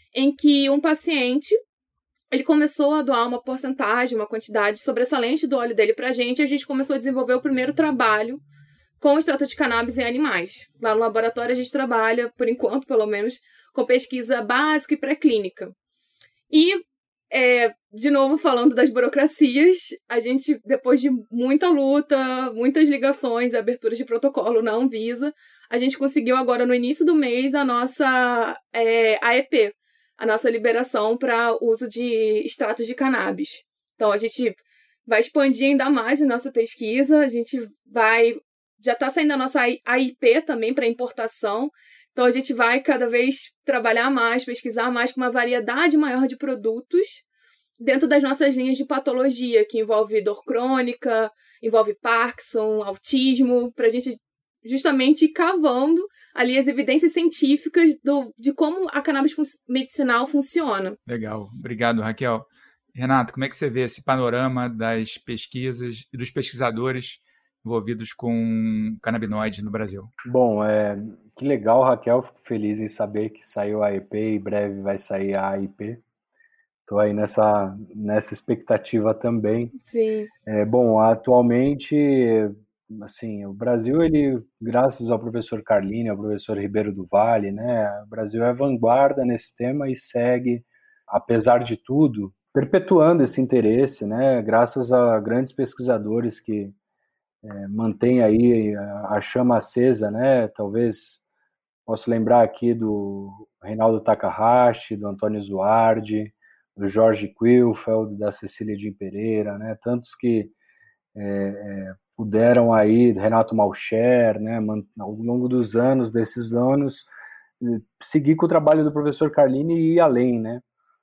Speaker 4: em que um paciente ele começou a doar uma porcentagem, uma quantidade sobressalente do óleo dele pra gente, e a gente começou a desenvolver o primeiro trabalho com o extrato de cannabis em animais. Lá no laboratório a gente trabalha, por enquanto, pelo menos, com pesquisa básica e pré-clínica. E, de novo, falando das burocracias, a gente, depois de muita luta, muitas ligações, aberturas de protocolo na Anvisa, a gente conseguiu agora, no início do mês, a nossa AEP, a nossa liberação para uso de extratos de cannabis. Então, a gente vai expandir ainda mais a nossa pesquisa, a gente já está saindo a nossa AIP também para importação, então a gente vai cada vez trabalhar mais, pesquisar mais com uma variedade maior de produtos dentro das nossas linhas de patologia, que envolve dor crônica, envolve Parkinson, autismo, para a gente justamente ir cavando ali as evidências científicas de como a cannabis medicinal funciona.
Speaker 2: Legal, obrigado, Raquel. Renato, como é que você vê esse panorama das pesquisas e dos pesquisadores envolvidos com canabinoides no Brasil?
Speaker 3: Bom, que legal, Raquel. Fico feliz em saber que saiu a AEP e breve vai sair a AIP. Estou aí nessa expectativa também.
Speaker 4: Sim.
Speaker 3: Bom, atualmente, assim, o Brasil, ele, graças ao professor Carlini, ao professor Ribeiro do Vale, né, o Brasil é vanguarda nesse tema e segue, apesar de tudo, perpetuando esse interesse, né, graças a grandes pesquisadores que mantém aí a chama acesa, né? Talvez posso lembrar aqui do Reinaldo Takahashi, do Antônio Zuardi, do Jorge Quilfeld, da Cecília de Pereira, né? Tantos que puderam aí, Renato Malcher, né? Ao longo dos anos, desses anos, seguir com o trabalho do professor Carlini e ir além, né?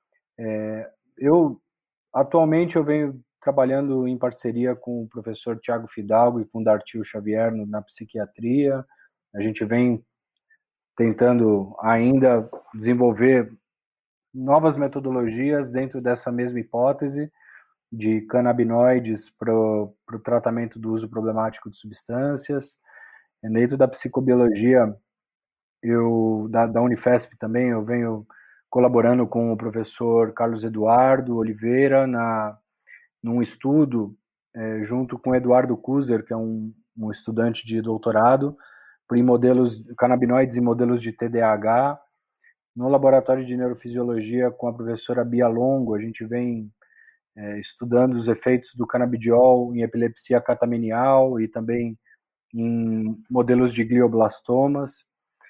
Speaker 3: Atualmente eu venho trabalhando em parceria com o professor Tiago Fidalgo e com o Dartil Xavier na psiquiatria. A gente vem tentando ainda desenvolver novas metodologias dentro dessa mesma hipótese de canabinoides para o tratamento do uso problemático de substâncias. Dentro da psicobiologia, da Unifesp também, eu venho colaborando com o professor Carlos Eduardo Oliveira num estudo junto com Eduardo Kuzer, que é um estudante de doutorado, em modelos canabinoides e modelos de TDAH. No laboratório de neurofisiologia com a professora Bia Longo, a gente vem estudando os efeitos do canabidiol em epilepsia catamenial e também em modelos de glioblastomas.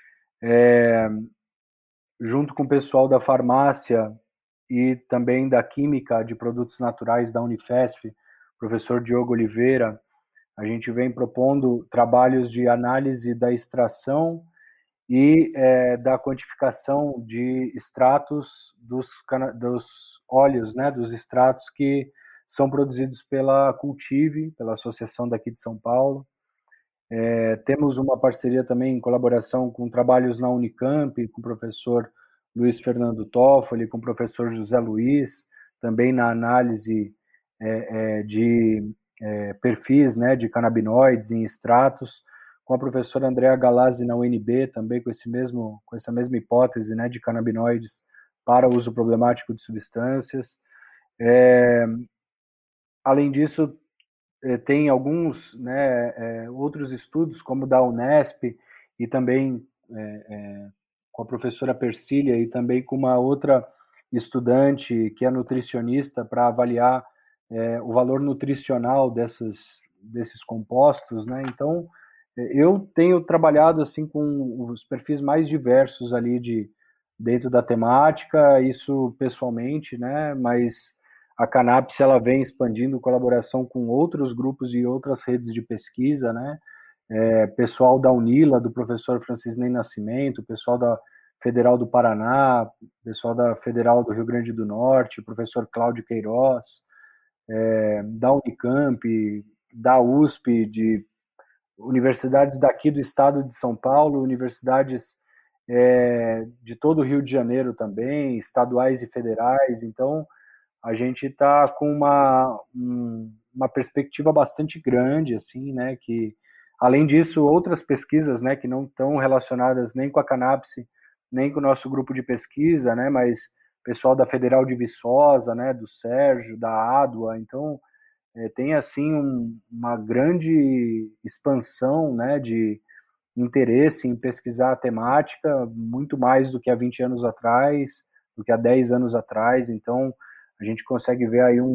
Speaker 3: Junto com o pessoal da farmácia e também da Química de Produtos Naturais da Unifesp, professor Diogo Oliveira, a gente vem propondo trabalhos de análise da extração e da quantificação de extratos dos óleos, né, dos extratos que são produzidos pela Cultive, pela associação daqui de São Paulo. Temos uma parceria também em colaboração com trabalhos na Unicamp, com o professor Luiz Fernando Toffoli, com o professor José Luiz, também na análise de perfis, né, de canabinoides em extratos, com a professora Andrea Galazzi na UNB, também com essa mesma hipótese, né, de canabinoides para uso problemático de substâncias. Além disso, tem alguns, né, outros estudos, como da Unesp, e também com a professora Persília, e também com uma outra estudante que é nutricionista, para avaliar o valor nutricional desses compostos, né? Então, eu tenho trabalhado assim com os perfis mais diversos ali dentro da temática, isso pessoalmente, né? Mas a Cannabis, ela vem expandindo colaboração com outros grupos e outras redes de pesquisa, né? Pessoal da UNILA, do professor Francisney Nascimento, pessoal da Federal do Paraná, pessoal da Federal do Rio Grande do Norte, professor Cláudio Queiroz, da Unicamp, da USP, de universidades daqui do estado de São Paulo, universidades de todo o Rio de Janeiro também, estaduais e federais. Então, a gente está com uma perspectiva bastante grande, assim, né, que, além disso, outras pesquisas, né, que não estão relacionadas nem com a cannabis, nem com o nosso grupo de pesquisa, né, mas pessoal da Federal de Viçosa, né, do Sérgio, da ADUA. Então, tem assim uma grande expansão, né, de interesse em pesquisar a temática, muito mais do que há 20 anos atrás, do que há 10 anos atrás. Então, a gente consegue ver aí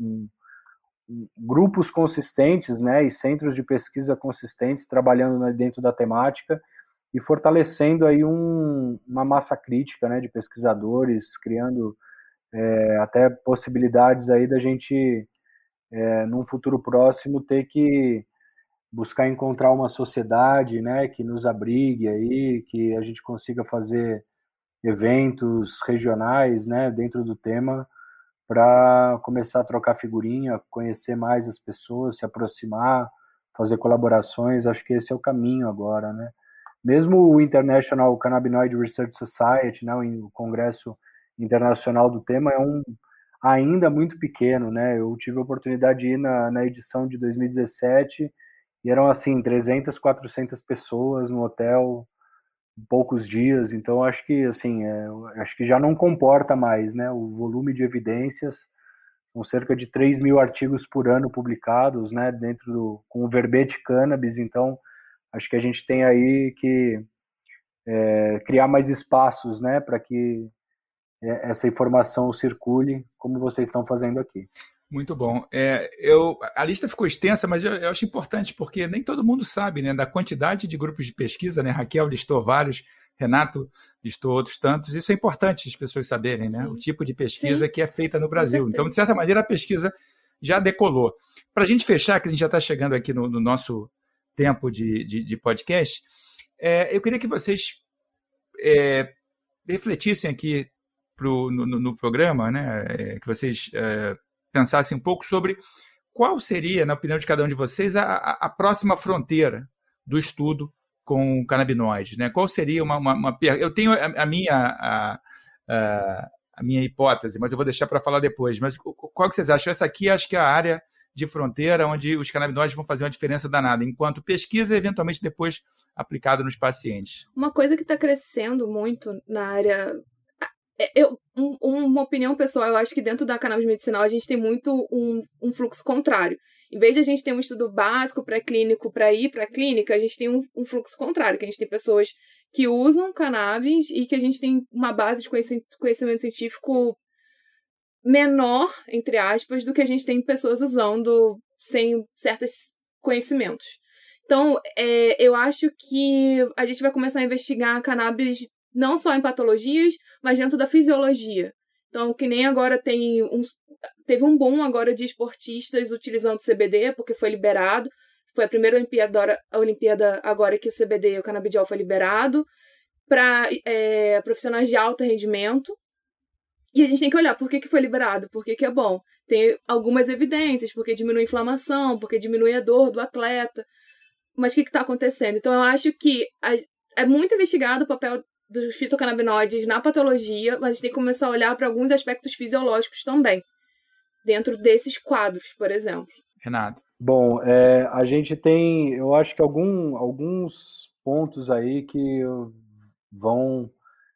Speaker 3: grupos consistentes, né, e centros de pesquisa consistentes trabalhando dentro da temática e fortalecendo aí uma massa crítica, né, de pesquisadores, criando até possibilidades aí da gente, num futuro próximo, ter que buscar encontrar uma sociedade, né, que nos abrigue aí, que a gente consiga fazer eventos regionais, né, dentro do tema, para começar a trocar figurinha, conhecer mais as pessoas, se aproximar, fazer colaborações. Acho que esse é o caminho agora, né? Mesmo o International Cannabinoid Research Society, né, o Congresso Internacional do tema, ainda muito pequeno, né? Eu tive a oportunidade de ir na edição de 2017 e eram, assim, 300, 400 pessoas no hotel, poucos dias. Então, acho que, assim, acho que já não comporta mais, né? O volume de evidências, são cerca de 3 mil artigos por ano publicados, né? Com o verbete cannabis. Então, acho que a gente tem aí que criar mais espaços, né? Para que essa informação circule, como vocês estão fazendo aqui.
Speaker 2: Muito bom. A lista ficou extensa, mas eu acho importante, porque nem todo mundo sabe, né, da quantidade de grupos de pesquisa, né? Raquel listou vários, Renato listou outros tantos. Isso é importante as pessoas saberem, né? O tipo de pesquisa que é feita no Brasil. Então, de certa maneira, a pesquisa já decolou. Para a gente fechar, que a gente já está chegando aqui no nosso tempo de podcast, eu queria que vocês refletissem aqui no programa, né, que vocês pensassem um pouco sobre qual seria, na opinião de cada um de vocês, a próxima fronteira do estudo com canabinoides, né? Qual seria eu tenho a minha hipótese, mas eu vou deixar para falar depois. Mas qual que vocês acham? Essa aqui acho que é a área de fronteira onde os canabinoides vão fazer uma diferença danada, enquanto pesquisa, eventualmente depois aplicada nos pacientes.
Speaker 4: Uma coisa que está crescendo muito na área... uma opinião pessoal, eu acho que dentro da cannabis medicinal a gente tem muito um fluxo contrário. Em vez de a gente ter um estudo básico pré-clínico para ir para a clínica, a gente tem um fluxo contrário, que a gente tem pessoas que usam cannabis e que a gente tem uma base de conhecimento científico menor, entre aspas, do que a gente tem pessoas usando sem certos conhecimentos. Então, eu acho que a gente vai começar a investigar a cannabis não só em patologias, mas dentro da fisiologia. Então, que nem agora teve um boom agora de esportistas utilizando CBD, porque foi liberado. Foi a primeira Olimpíada agora que o CBD, o canabidiol, foi liberado para profissionais de alto rendimento. E a gente tem que olhar por que foi liberado, por que é bom. Tem algumas evidências, porque diminui a inflamação, porque diminui a dor do atleta. Mas o que está acontecendo? Então, eu acho que é muito investigado o papel dos fitocannabinoides na patologia, mas a gente tem que começar a olhar para alguns aspectos fisiológicos também, dentro desses quadros, por exemplo.
Speaker 2: Renato.
Speaker 3: Bom, a gente tem, eu acho que alguns pontos aí que vão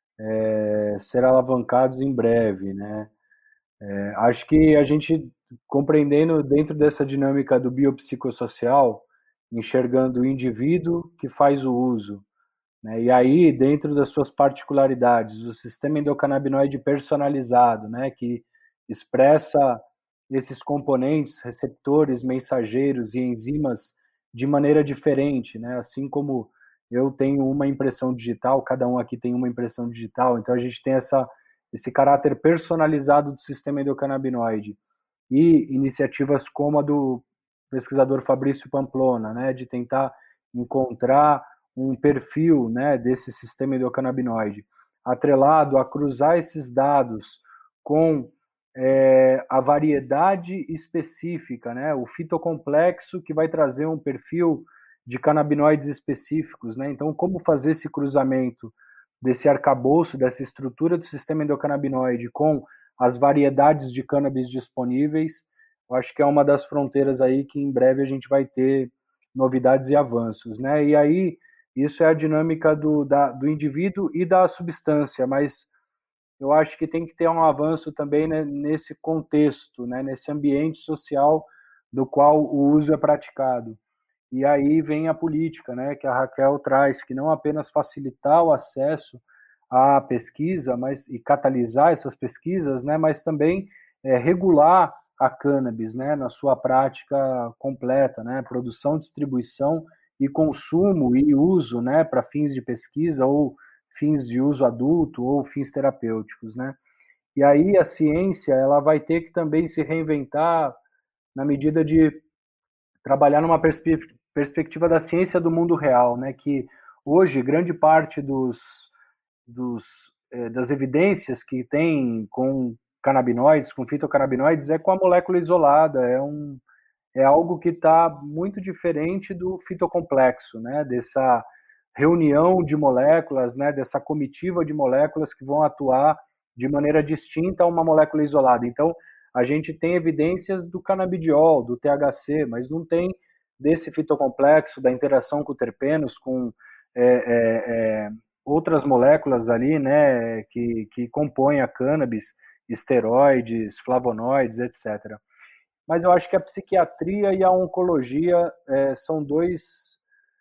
Speaker 3: ser alavancados em breve, né? Acho que a gente, compreendendo dentro dessa dinâmica do biopsicossocial, enxergando o indivíduo que faz o uso, né? E aí, dentro das suas particularidades, o sistema endocannabinoide personalizado, né? Que expressa esses componentes, receptores, mensageiros e enzimas de maneira diferente, né? Assim como eu tenho uma impressão digital, cada um aqui tem uma impressão digital, então a gente tem esse caráter personalizado do sistema endocannabinoide. E iniciativas como a do pesquisador Fabrício Pamplona, né, de tentar encontrar um perfil, né, desse sistema endocannabinoide, atrelado a cruzar esses dados com a variedade específica, né, o fitocomplexo que vai trazer um perfil de canabinoides específicos, né? Então, como fazer esse cruzamento desse arcabouço, dessa estrutura do sistema endocannabinoide com as variedades de cannabis disponíveis, eu acho que é uma das fronteiras aí que em breve a gente vai ter novidades e avanços, né? E aí, Isso é a dinâmica do indivíduo e da substância, mas eu acho que tem que ter um avanço também, né, nesse contexto, né, nesse ambiente social do qual o uso é praticado. E aí vem a política, né, que a Raquel traz, que não apenas facilitar o acesso à pesquisa, e catalisar essas pesquisas, né, mas também regular a cannabis, né, na sua prática completa, né, produção, distribuição e consumo e uso, né, para fins de pesquisa ou fins de uso adulto ou fins terapêuticos, né. E aí a ciência ela vai ter que também se reinventar na medida de trabalhar numa perspectiva da ciência do mundo real, né, que hoje grande parte das evidências que tem com canabinoides, com fitocannabinoides, é com a molécula isolada, é algo que está muito diferente do fitocomplexo, né, dessa reunião de moléculas, né, dessa comitiva de moléculas que vão atuar de maneira distinta a uma molécula isolada. Então, a gente tem evidências do canabidiol, do THC, mas não tem desse fitocomplexo, da interação com terpenos, com outras moléculas ali, né, que compõem a cannabis, esteroides, flavonoides, etc. Mas eu acho que a psiquiatria e a oncologia são duas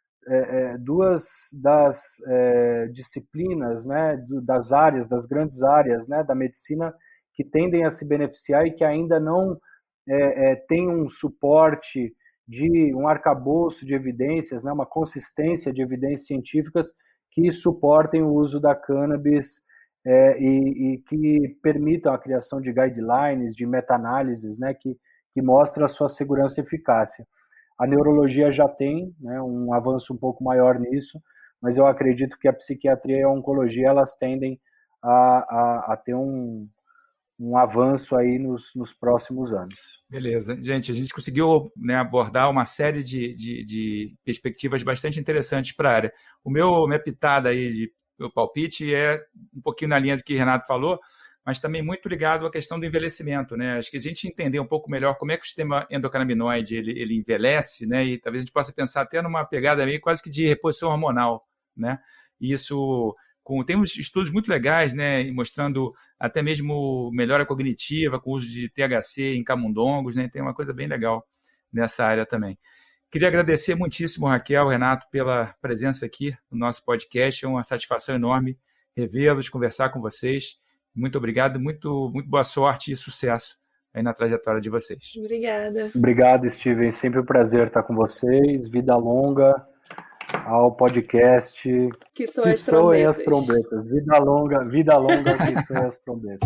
Speaker 3: das disciplinas, né, das grandes áreas, né, da medicina que tendem a se beneficiar e que ainda não tem um suporte de um arcabouço de evidências, né, uma consistência de evidências científicas que suportem o uso da cannabis e que permitam a criação de guidelines, de meta-análises, né, que mostram a sua segurança e eficácia. A neurologia já tem, né, um avanço um pouco maior nisso, mas eu acredito que a psiquiatria e a oncologia elas tendem a ter um avanço aí nos próximos anos. Beleza.
Speaker 2: Gente, a gente conseguiu, né, abordar uma série de perspectivas bastante interessantes para a área. Minha pitada aí, meu palpite é um pouquinho na linha do que o Renato falou, mas também muito ligado à questão do envelhecimento, né? Acho que a gente entender um pouco melhor como é que o sistema endocannabinoide ele envelhece, né? E talvez a gente possa pensar até numa pegada meio quase que de reposição hormonal, né? E isso tem uns estudos muito legais, né? Mostrando até mesmo melhora cognitiva com o uso de THC em camundongos, né? Tem uma coisa bem legal nessa área também. Queria agradecer muitíssimo, Raquel, Renato, pela presença aqui no nosso podcast. É uma satisfação enorme revê-los, conversar com vocês. Muito obrigado, muito, muito boa sorte e sucesso aí na trajetória de vocês.
Speaker 4: Obrigada.
Speaker 3: Obrigado, Steven. Sempre um prazer estar com vocês. Vida longa ao podcast
Speaker 4: Que soem as
Speaker 3: trombetas. Vida longa que soem as trombetas.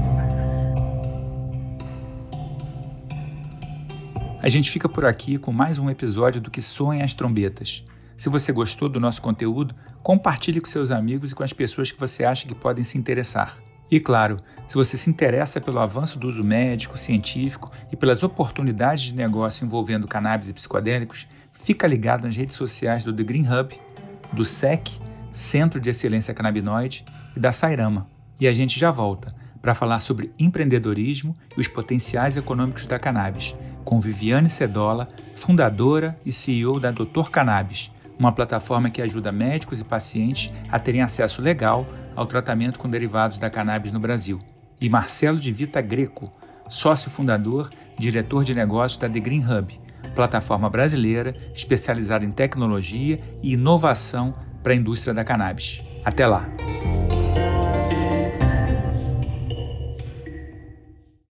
Speaker 2: A gente fica por aqui com mais um episódio do Que Soem as Trombetas. Se você gostou do nosso conteúdo, compartilhe com seus amigos e com as pessoas que você acha que podem se interessar. E claro, se você se interessa pelo avanço do uso médico, científico e pelas oportunidades de negócio envolvendo cannabis e psicodélicos, fica ligado nas redes sociais do The Green Hub, do SEC, Centro de Excelência Cannabinoide, e da Sairama. E a gente já volta para falar sobre empreendedorismo e os potenciais econômicos da cannabis, com Viviane Cedola, fundadora e CEO da Dr. Cannabis, uma plataforma que ajuda médicos e pacientes a terem acesso legal ao tratamento com derivados da cannabis no Brasil. E Marcelo de Vita Greco, sócio fundador, diretor de negócios da The Green Hub, plataforma brasileira especializada em tecnologia e inovação para a indústria da cannabis. Até lá!